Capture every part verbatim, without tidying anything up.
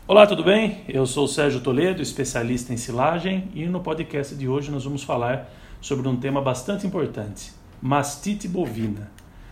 Olá, tudo bem? Eu sou o Sérgio Toledo, especialista em silagem, e no podcast de hoje nós vamos falar sobre um tema bastante importante: mastite bovina.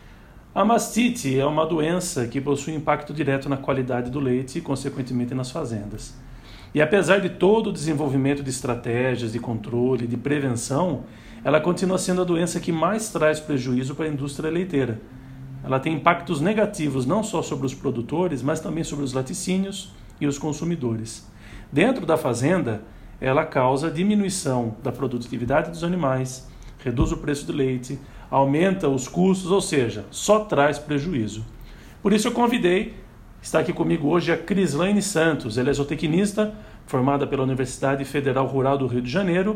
A mastite é uma doença que possui impacto direto na qualidade do leite e, consequentemente, nas fazendas. E apesar de todo o desenvolvimento de estratégias de controle, de prevenção, ela continua sendo a doença que mais traz prejuízo para a indústria leiteira. Ela tem impactos negativos não só sobre os produtores, mas também sobre os laticínios e os consumidores. Dentro da fazenda, ela causa diminuição da produtividade dos animais, reduz o preço do leite, aumenta os custos, ou seja, só traz prejuízo. Por isso eu convidei, está aqui comigo hoje a Crislaine Santos. Ela é zootecnista, formada pela Universidade Federal Rural do Rio de Janeiro,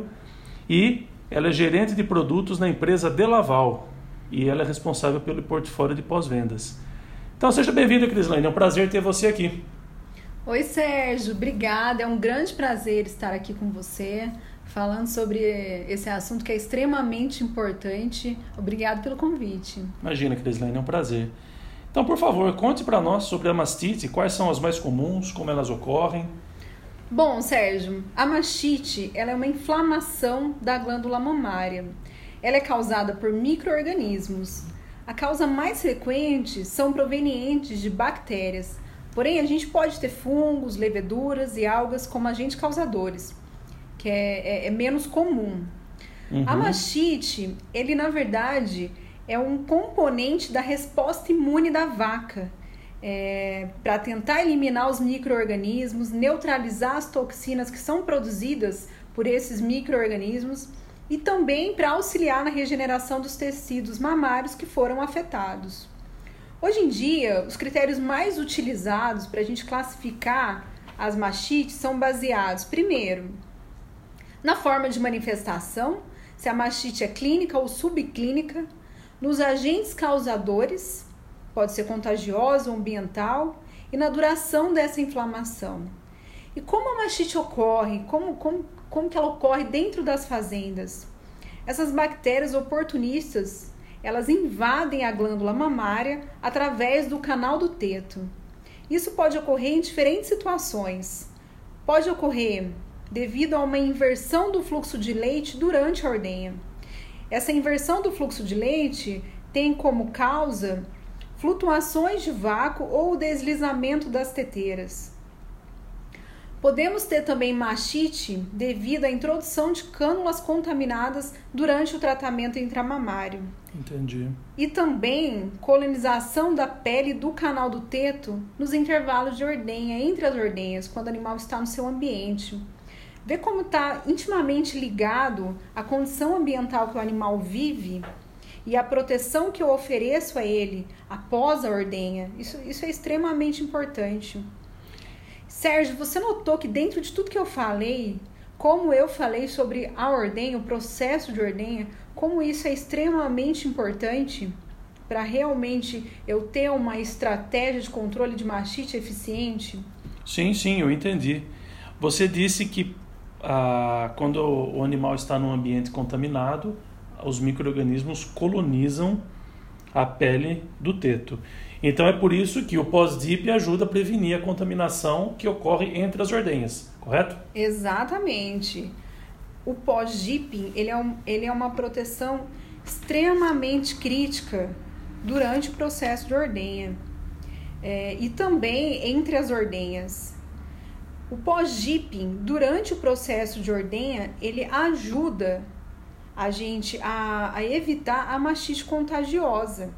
e ela é gerente de produtos na empresa Delaval, e ela é responsável pelo portfólio de pós-vendas. Então seja bem-vinda, Crislaine, é um prazer ter você aqui. Oi, Sérgio, obrigada. É um grande prazer estar aqui com você, falando sobre esse assunto que é extremamente importante. Obrigado pelo convite. Imagina, Crislaine, é um prazer. Então, por favor, conte para nós sobre a mastite, quais são as mais comuns, como elas ocorrem. Bom, Sérgio, a mastite ela é uma inflamação da glândula mamária. Ela é causada por micro-organismos. A causa mais frequente são provenientes de bactérias. Porém, a gente pode ter fungos, leveduras e algas como agentes causadores, que é, é, é menos comum. Uhum. A mastite, ele na verdade é um componente da resposta imune da vaca, é, para tentar eliminar os micro-organismos, neutralizar as toxinas que são produzidas por esses micro-organismos e também para auxiliar na regeneração dos tecidos mamários que foram afetados. Hoje em dia, os critérios mais utilizados para a gente classificar as mastites são baseados, primeiro, na forma de manifestação, se a mastite é clínica ou subclínica, nos agentes causadores, pode ser contagiosa ou ambiental, e na duração dessa inflamação. E como a mastite ocorre, como, como, como que ela ocorre dentro das fazendas? Essas bactérias oportunistas, elas invadem a glândula mamária através do canal do teto. Isso pode ocorrer em diferentes situações. Pode ocorrer devido a uma inversão do fluxo de leite durante a ordenha. Essa inversão do fluxo de leite tem como causa flutuações de vácuo ou deslizamento das teteiras. Podemos ter também mastite devido à introdução de cânulas contaminadas durante o tratamento intramamário. Entendi. E também colonização da pele do canal do teto nos intervalos de ordenha, entre as ordenhas, quando o animal está no seu ambiente. Vê como está intimamente ligado à condição ambiental que o animal vive e a proteção que eu ofereço a ele após a ordenha. Isso, isso é extremamente importante. Sérgio, você notou que dentro de tudo que eu falei, como eu falei sobre a ordenha, o processo de ordenha, como isso é extremamente importante para realmente eu ter uma estratégia de controle de mastite eficiente? Sim, sim, eu entendi. Você disse que ah, quando o animal está num ambiente contaminado, os micro-organismos colonizam a pele do teto. Então é por isso que o pós-D I P ajuda a prevenir a contaminação que ocorre entre as ordenhas, correto? Exatamente. O pós-D I P ele é, um, ele é uma proteção extremamente crítica durante o processo de ordenha é, e também entre as ordenhas. O pós-D I P, durante o processo de ordenha, ele ajuda a gente a, a evitar a mastite contagiosa.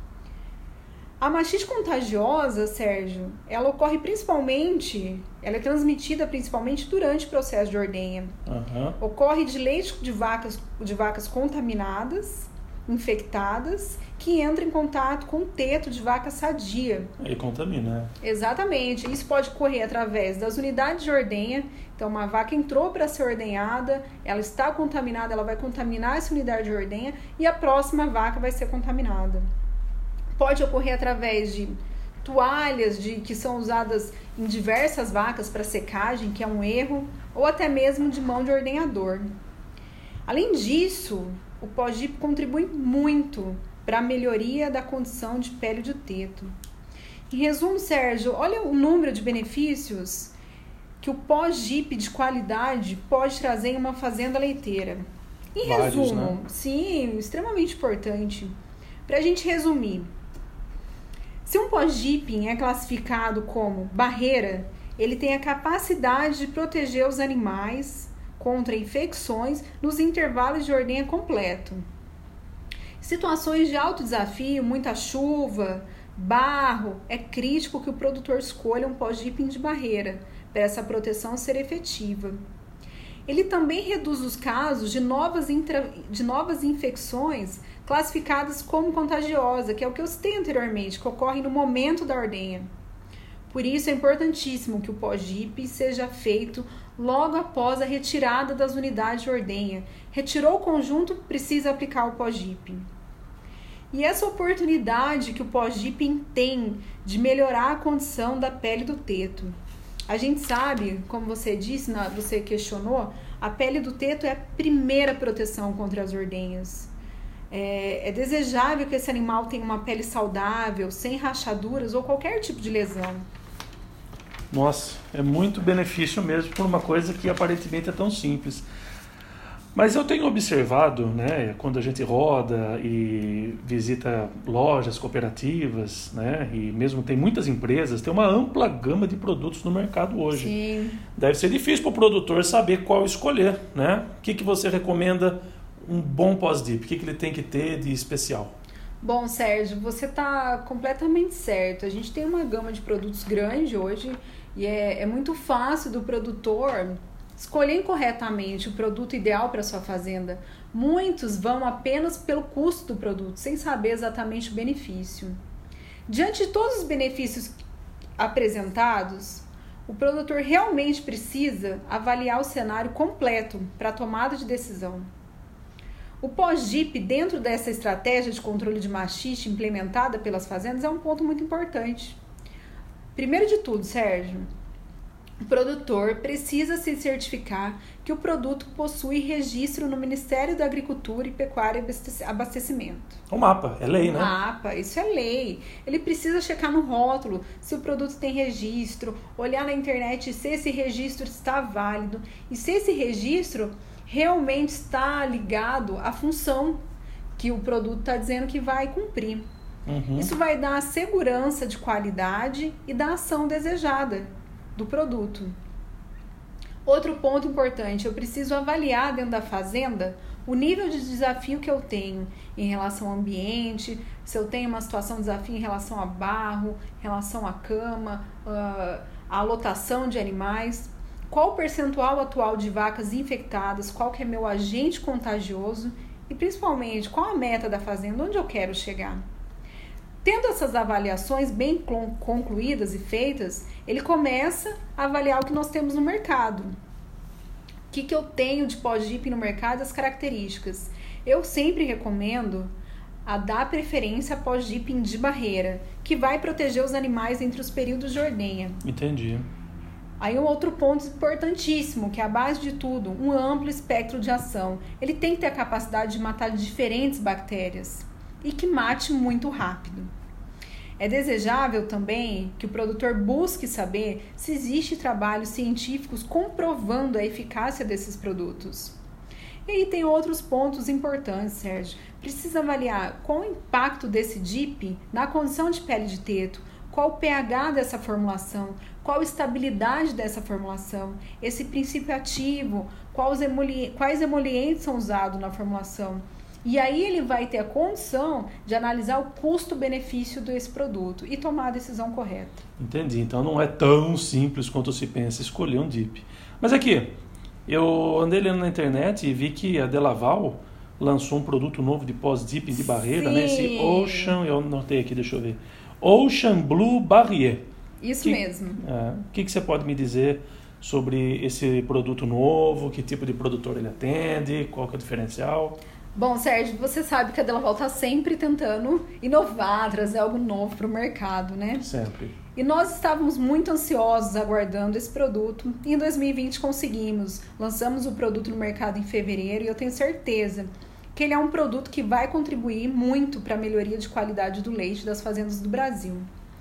A mastite contagiosa, Sérgio, ela ocorre principalmente, ela é transmitida principalmente durante o processo de ordenha. Uhum. Ocorre de leite de vacas, de vacas contaminadas, infectadas, que entram em contato com o teto de vaca sadia. E contamina, né? Exatamente. Isso pode ocorrer através das unidades de ordenha. Então, uma vaca entrou para ser ordenhada, ela está contaminada, ela vai contaminar essa unidade de ordenha e a próxima vaca vai ser contaminada. Pode ocorrer através de toalhas de, que são usadas em diversas vacas para secagem, que é um erro, ou até mesmo de mão de ordenhador. Além disso, o pós-D I P contribui muito para a melhoria da condição de pele do teto. Em resumo, Sérgio, olha o número de benefícios que o pós-G I P de qualidade pode trazer em uma fazenda leiteira. Em Vários, resumo, né? sim, extremamente importante. Para a gente resumir, se um pós-G I P é classificado como barreira, ele tem a capacidade de proteger os animais contra infecções nos intervalos de ordenha completo. Situações de alto desafio, muita chuva, barro, é crítico que o produtor escolha um pós-G I P de barreira para essa proteção ser efetiva. Ele também reduz os casos de novas, intra... de novas infecções classificadas como contagiosa, que é o que eu citei anteriormente, que ocorre no momento da ordenha. Por isso é importantíssimo que o pós-G I P seja feito logo após a retirada das unidades de ordenha. Retirou o conjunto, precisa aplicar o pós-G I P. E essa oportunidade que o pós-G I P tem de melhorar a condição da pele do teto. A gente sabe, como você disse, você questionou, a pele do teto é a primeira proteção contra as ordenhas. É, é desejável que esse animal tenha uma pele saudável, sem rachaduras ou qualquer tipo de lesão. Nossa, é muito benefício mesmo por uma coisa que aparentemente é tão simples. Mas eu tenho observado, né, quando a gente roda e visita lojas cooperativas, né, e mesmo tem muitas empresas, tem uma ampla gama de produtos no mercado hoje. Sim. Deve ser difícil para o produtor saber qual escolher, né? O que, que você recomenda um bom pós-D I P? O que, que ele tem que ter de especial? Bom, Sérgio, você está completamente certo. A gente tem uma gama de produtos grande hoje e é, é muito fácil do produtor escolher incorretamente o produto ideal para sua fazenda. Muitos vão apenas pelo custo do produto, sem saber exatamente o benefício. Diante de todos os benefícios apresentados, o produtor realmente precisa avaliar o cenário completo para a tomada de decisão. O pós-G I P, dentro dessa estratégia de controle de mastite implementada pelas fazendas, é um ponto muito importante. Primeiro de tudo, Sérgio, o produtor precisa se certificar que o produto possui registro no Ministério da Agricultura e Pecuária e Abastecimento. O mapa, é lei, né? O mapa, isso é lei. Ele precisa checar no rótulo se o produto tem registro, olhar na internet se esse registro está válido e se esse registro realmente está ligado à função que o produto está dizendo que vai cumprir. Uhum. Isso vai dar a segurança de qualidade e da ação desejada do produto. Outro ponto importante, eu preciso avaliar dentro da fazenda o nível de desafio que eu tenho em relação ao ambiente, se eu tenho uma situação de desafio em relação a barro, em relação à cama, à lotação de animais, qual o percentual atual de vacas infectadas, qual que é meu agente contagioso e principalmente qual a meta da fazenda, onde eu quero chegar. Tendo essas avaliações bem concluídas e feitas, ele começa a avaliar o que nós temos no mercado. O que, que eu tenho de pós-G I P no mercado, as características. Eu sempre recomendo a dar preferência a pós-G I P de barreira, que vai proteger os animais entre os períodos de ordenha. Entendi. Aí um outro ponto importantíssimo, que é a base de tudo, um amplo espectro de ação. Ele tem que ter a capacidade de matar diferentes bactérias e que mate muito rápido. É desejável também que o produtor busque saber se existe trabalhos científicos comprovando a eficácia desses produtos. E aí tem outros pontos importantes, Sérgio. Precisa avaliar qual o impacto desse D I P na condição de pele de teto, qual o pH dessa formulação, qual a estabilidade dessa formulação, esse princípio ativo, quais emoli- quais emolientes são usados na formulação. E aí ele vai ter a condição de analisar o custo-benefício desse produto e tomar a decisão correta. Entendi. Então não é tão simples quanto se pensa escolher um D I P. Mas aqui, eu andei lendo na internet e vi que a Delaval lançou um produto novo de pós-D I P de barreira, Sim. né? Esse Ocean, eu anotei aqui, deixa eu ver. Ocean Blue Barrier. Isso que, mesmo. É, o que, que você pode me dizer sobre esse produto novo? Que tipo de produtor ele atende? Qual que é o diferencial? Bom, Sérgio, você sabe que a Delaval está sempre tentando inovar, trazer algo novo para o mercado, né? Sempre. E nós estávamos muito ansiosos aguardando esse produto e em dois mil e vinte conseguimos. Lançamos o produto no mercado em fevereiro e eu tenho certeza que ele é um produto que vai contribuir muito para a melhoria de qualidade do leite das fazendas do Brasil.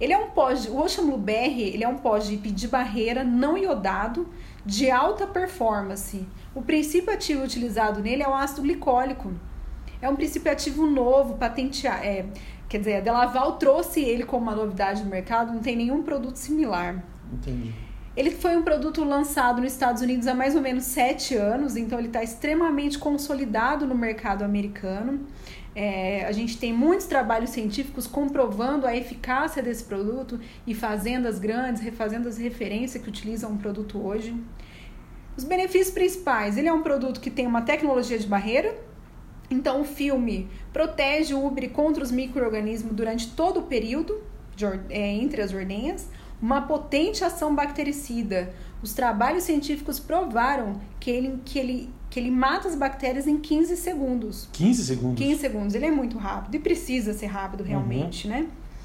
Ele é um pó, de, o Ocean Blueberry, ele é um pó de, de barreira não iodado de alta performance. O princípio ativo utilizado nele é o ácido glicólico. É um princípio ativo novo, patenteado. É, quer dizer, a Delaval trouxe ele como uma novidade no mercado, não tem nenhum produto similar. Entendi. Ele foi um produto lançado nos Estados Unidos há mais ou menos sete anos, então ele está extremamente consolidado no mercado americano. É, a gente tem muitos trabalhos científicos comprovando a eficácia desse produto e fazendas grandes, refazendas de referência que utilizam o produto hoje. Os benefícios principais, ele é um produto que tem uma tecnologia de barreira, então o filme protege o úbere contra os micro-organismos durante todo o período de, é, entre as ordenhas, uma potente ação bactericida. Os trabalhos científicos provaram que ele, que ele, que ele mata as bactérias em quinze segundos. quinze segundos? quinze segundos. Ele é muito rápido e precisa ser rápido realmente, uhum. né?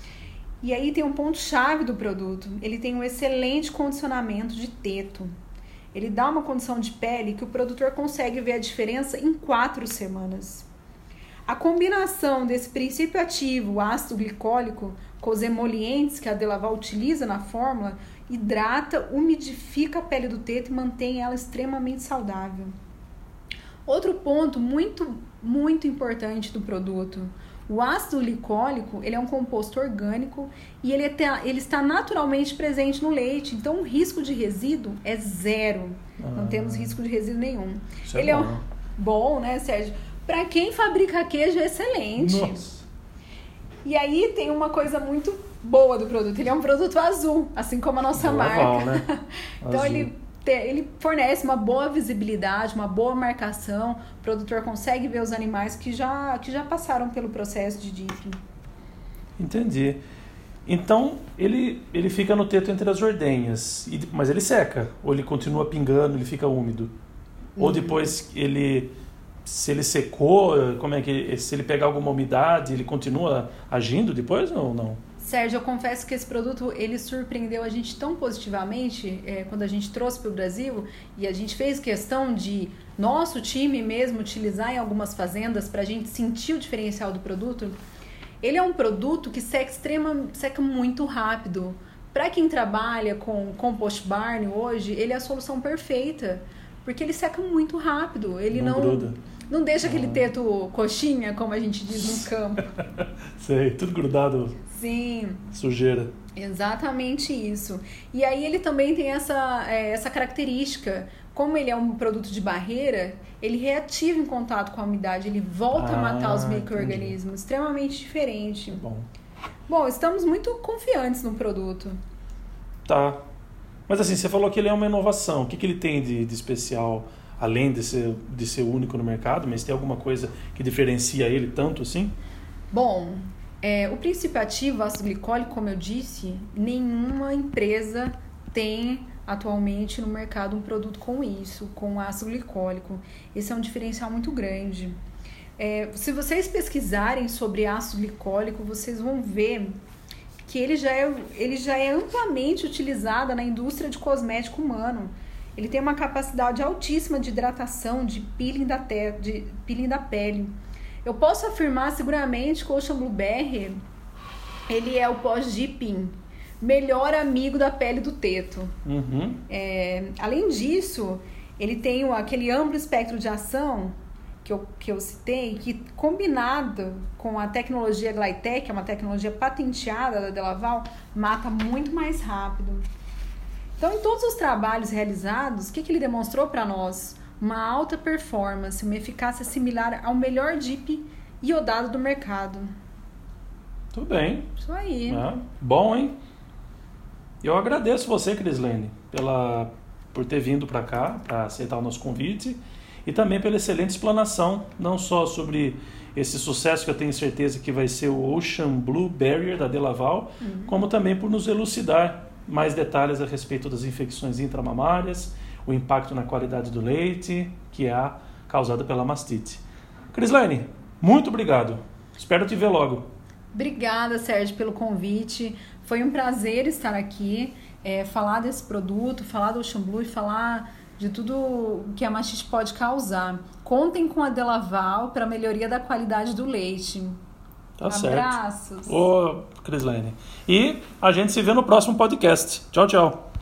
E aí tem um ponto-chave do produto. Ele tem um excelente condicionamento de teto. Ele dá uma condição de pele que o produtor consegue ver a diferença em quatro semanas. A combinação desse princípio ativo, o ácido glicólico, com os emolientes que a Delaval utiliza na fórmula, hidrata, umidifica a pele do teto e mantém ela extremamente saudável. Outro ponto muito, muito importante do produto, o ácido glicólico, ele é um composto orgânico e ele, é, ele está naturalmente presente no leite, então o risco de resíduo é zero, ah, não temos risco de resíduo nenhum. Isso ele é bom, é um, bom, né, Sérgio? Para quem fabrica queijo, é excelente. Nossa. E aí tem uma coisa muito boa do produto. Ele é um produto azul, assim como a nossa Delaval, marca. Né? Então ele, te, ele fornece uma boa visibilidade, uma boa marcação. O produtor consegue ver os animais que já, que já passaram pelo processo de dipping. Entendi. Então ele, ele fica no teto entre as ordenhas, e, mas ele seca? Ou ele continua pingando, ele fica úmido? Hum. Ou depois ele... Se ele secou, como é que, se ele pegar alguma umidade, ele continua agindo depois ou não? Sérgio, eu confesso que esse produto, ele surpreendeu a gente tão positivamente é, quando a gente trouxe para o Brasil e a gente fez questão de nosso time mesmo utilizar em algumas fazendas para a gente sentir o diferencial do produto. Ele é um produto que seca, extrema, seca muito rápido. Para quem trabalha com compost barn hoje, ele é a solução perfeita, porque ele seca muito rápido. Ele não, não gruda. Não deixa aquele teto coxinha, como a gente diz no campo. Sei, tudo grudado. Sim. Sujeira. Exatamente isso. E aí ele também tem essa, é, essa característica. Como ele é um produto de barreira, ele reativa em contato com a umidade, ele volta ah, a matar os micro-organismos. Extremamente diferente. Bom. Bom, estamos muito confiantes no produto. Tá. Mas assim, você falou que ele é uma inovação. O que, que ele tem de, de especial? Além de ser, de ser único no mercado, mas tem alguma coisa que diferencia ele tanto assim? Bom, é, o princípio ativo, ácido glicólico, como eu disse, nenhuma empresa tem atualmente no mercado um produto com isso, com ácido glicólico. Esse é um diferencial muito grande. É, se vocês pesquisarem sobre ácido glicólico, vocês vão ver que ele já é, ele já é amplamente utilizado na indústria de cosmético humano. Ele tem uma capacidade altíssima de hidratação, de peeling da, te, de peeling da pele. Eu posso afirmar seguramente que o Ocean Blueberry, ele é o pós-dipping melhor amigo da pele do teto. Uhum. É, além disso, ele tem aquele amplo espectro de ação que eu, que eu citei, que combinado com a tecnologia Glytec, que é uma tecnologia patenteada da Delaval, mata muito mais rápido. Então, em todos os trabalhos realizados, o que, que ele demonstrou para nós? Uma alta performance, uma eficácia similar ao melhor dip iodado do mercado. Tudo bem. Isso aí. Ah, bom, hein? Eu agradeço você, Crislene, pela, por ter vindo para cá, para aceitar o nosso convite, e também pela excelente explanação, não só sobre esse sucesso que eu tenho certeza que vai ser o Ocean Blueberry da Delaval, uhum. como também por nos elucidar mais detalhes a respeito das infecções intramamárias, o impacto na qualidade do leite, que é a causada pela mastite. Crislene, muito obrigado. Espero te ver logo. Obrigada, Sérgio, pelo convite. Foi um prazer estar aqui, é, falar desse produto, falar do Ocean Blue e falar de tudo que a mastite pode causar. Contem com a Delaval para a melhoria da qualidade do leite. Tá certo. Abraços. Ô, Crislane. E a gente se vê no próximo podcast. Tchau, tchau.